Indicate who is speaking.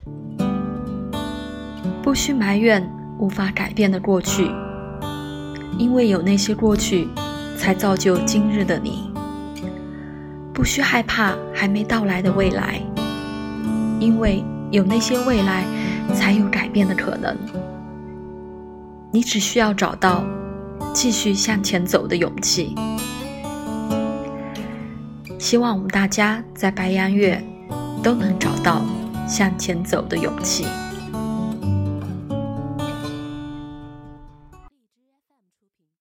Speaker 1: 不需埋怨无法改变的过去，因为有那些过去，才造就今日的你。不需害怕还没到来的未来，因为有那些未来，才有改变的可能。你只需要找到继续向前走的勇气。希望我们大家在白羊月都能找到向前走的勇气。